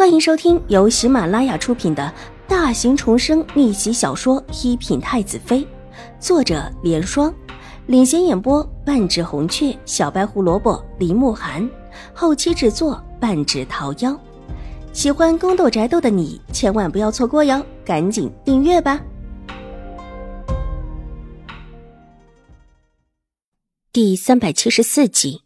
欢迎收听由喜马拉雅出品的大型重生逆袭小说《一品太子妃》，作者莲霜，领衔演播半指红雀、小白胡萝卜、林慕寒，后期制作半指桃夭。喜欢宫斗宅斗的你千万不要错过哟，赶紧订阅吧。第374集。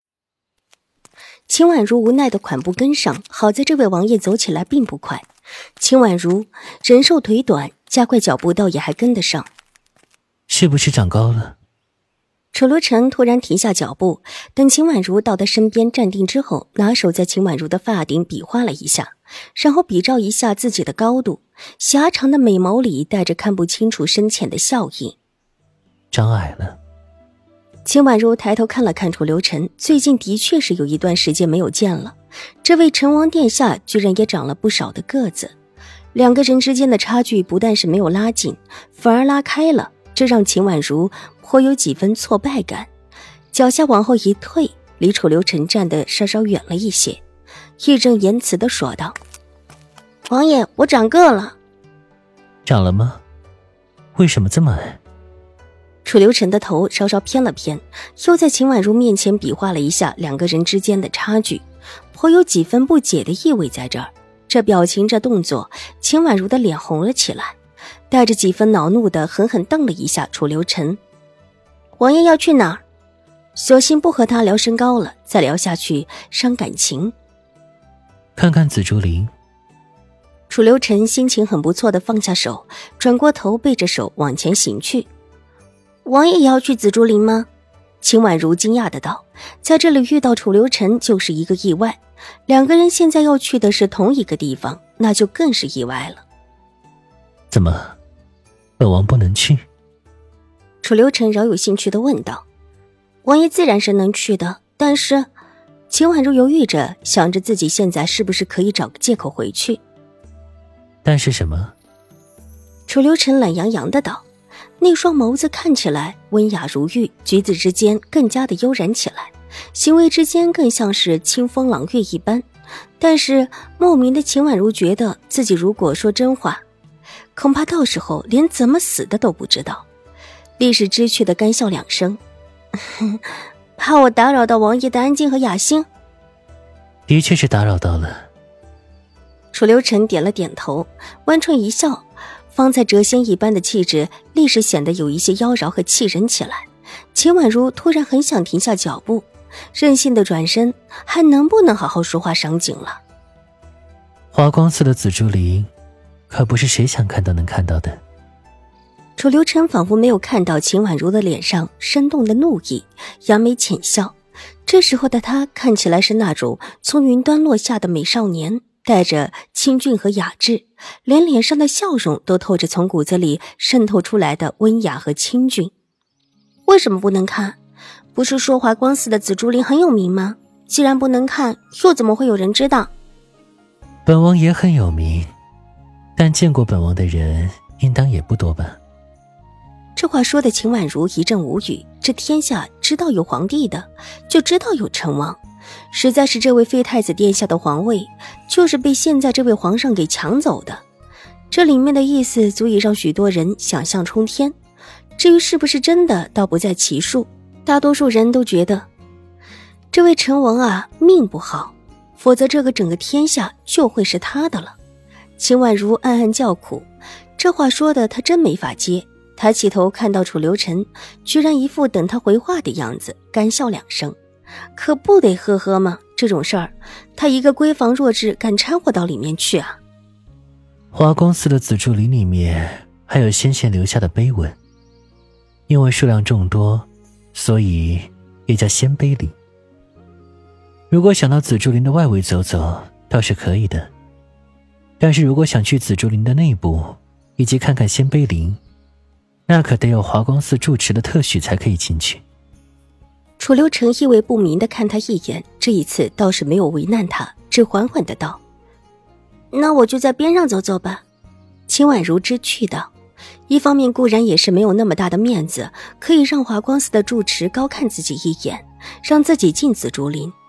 秦婉如无奈地款步跟上，好在这位王爷走起来并不快。秦婉如人瘦腿短，加快脚步倒也还跟得上。 是不是长高了？ 楚留臣突然停下脚步，等秦婉如到他身边站定之后，拿手在秦婉如的发顶比划了一下，然后比照一下自己的高度，狭长的美眸里带着看不清楚深浅的笑意。 长矮了。 秦婉如抬头看了看楚留臣，最近的确是有一段时间没有见了，这位陈王殿下居然也长了不少的个子，两个人之间的差距不但是没有拉近，反而拉开了，这让秦婉如颇有几分挫败感，脚下往后一退，离楚留臣站得稍稍远了一些，义正言辞地说道：王爷，我长个了。 长了吗？为什么这么矮？ 楚留臣的头稍稍偏了偏，又在秦婉如面前比划了一下两个人之间的差距，颇有几分不解的意味在这儿。这表情这动作，秦婉如的脸红了起来，带着几分恼怒的狠狠瞪了一下楚留臣。王爷要去哪儿？索性不和他聊身高了，再聊下去伤感情。 看看紫竹林。 楚留臣心情很不错的放下手，转过头背着手往前行去。王爷也要去紫竹林吗？秦婉如惊讶的道，在这里遇到楚留臣就是一个意外，两个人现在要去的是同一个地方，那就更是意外了。 怎么，本王不能去？ 楚留臣饶有兴趣的问道。王爷自然是能去的，但是……秦婉如犹豫着，想着自己现在是不是可以找个借口回去。 但是什么？ 楚留臣懒洋洋的道，那双眸子看起来温雅如玉，举止之间更加的悠然起来，行为之间更像是清风朗月一般。但是莫名的秦婉如觉得自己如果说真话，恐怕到时候连怎么死的都不知道。立时知趣的干笑两声，怕我打扰到王爷的安静和雅兴？ 的确是打扰到了。 楚留臣点了点头，弯唇一笑，方才谪仙一般的气质立时显得有一些妖娆和气人起来。秦婉如突然很想停下脚步，任性的转身，还能不能好好说话赏景了？ 华光寺的紫竹林可不是谁想看都能看到的。 楚留臣仿佛没有看到秦婉如的脸上生动的怒意，扬眉浅笑。这时候的他看起来是那种从云端落下的美少年，带着清俊和雅致，连脸上的笑容都透着从骨子里渗透出来的温雅和清俊。为什么不能看？不是说华光寺的紫竹林很有名吗？既然不能看，又怎么会有人知道？ 本王也很有名，但见过本王的人应当也不多吧。 这话说的秦婉如一阵无语，这天下知道有皇帝的，就知道有陈王，实在是这位废太子殿下的皇位，就是被现在这位皇上给抢走的。这里面的意思足以让许多人想象冲天，至于是不是真的，倒不在其数。大多数人都觉得，这位陈王啊，命不好，否则这个整个天下就会是他的了。秦婉如暗暗叫苦，这话说的他真没法接。抬起头看到楚留臣居然一副等他回话的样子，干笑两声，可不得呵呵吗？这种事儿他一个闺房弱智敢掺和到里面去啊？ 华光寺的紫竹林里面还有先贤留下的碑文，因为数量众多，所以也叫仙碑林。如果想到紫竹林的外围走走倒是可以的，但是如果想去紫竹林的内部以及看看仙碑林，那可得有华光寺住持的特许才可以进去。 楚留臣意味不明地看他一眼，这一次倒是没有为难他，只缓缓地道：那我就在边上走走吧。秦婉如知趣道，一方面固然也是没有那么大的面子，可以让华光寺的住持高看自己一眼，让自己进紫竹林，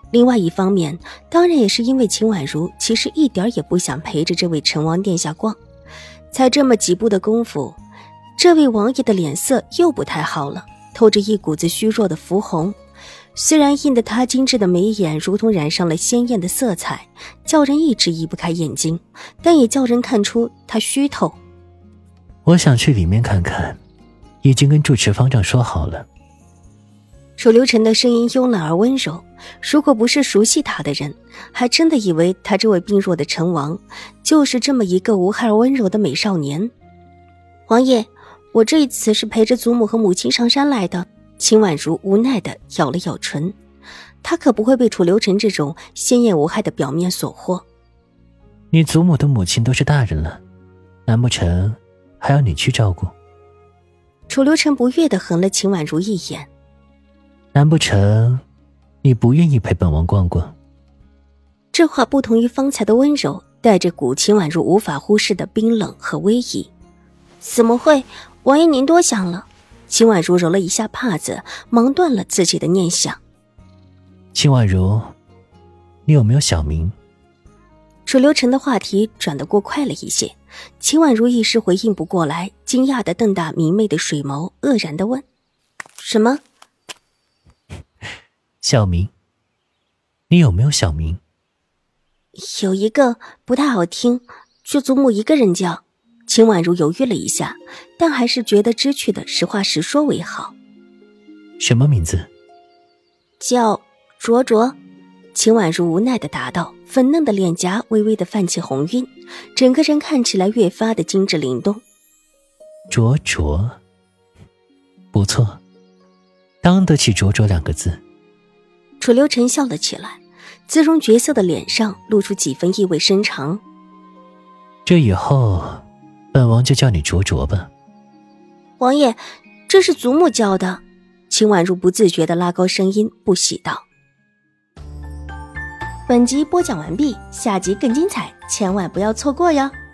另外一方面，当然也是因为秦婉如其实一点也不想陪着这位成王殿下逛。才这么几步的功夫，这位王爷的脸色又不太好了，透着一股子虚弱的绯红。虽然映得他精致的眉眼如同染上了鲜艳的色彩，叫人一直移不开眼睛，但也叫人看出他虚透。 我想去里面看看，已经跟住持方丈说好了。 楚留臣的声音慵懒而温柔，如果不是熟悉他的人，还真的以为他这位病弱的成王就是这么一个无害而温柔的美少年。王爷，我这一次是陪着祖母和母亲上山来的。秦婉如无奈地咬了咬唇，她可不会被楚留臣这种鲜艳无害的表面所惑。 你祖母的母亲都是大人了，难不成还要你去照顾？ 楚留臣不悦地横了秦婉如一眼。 难不成你不愿意陪本王逛逛？ 这话不同于方才的温柔，带着股秦婉如无法忽视的冰冷和威仪。怎么会？王爷您多想了。秦婉如揉了一下帕子，忙断了自己的念想。 秦婉如，你有没有小名？ 楚留臣的话题转得过快了一些，秦婉如一时回应不过来，惊讶地瞪大明媚的水眸，愕然地问：什么？ 小名？你有没有小名？ 有一个，不太好听，就祖母一个人叫。秦婉如犹豫了一下，但还是觉得知趣的实话实说为好。 什么名字？ 叫灼灼。秦婉如无奈地答道，粉嫩的脸颊微微地泛起红晕，整个人看起来越发的精致灵动。 灼灼，不错，当得起灼灼两个字。 楚留臣笑了起来，姿容绝色的脸上露出几分意味深长。 这以后本王就叫你灼灼吧。 王爷，这是祖母教的。秦婉如不自觉地拉高声音，不喜道。本集播讲完毕，下集更精彩，千万不要错过哟。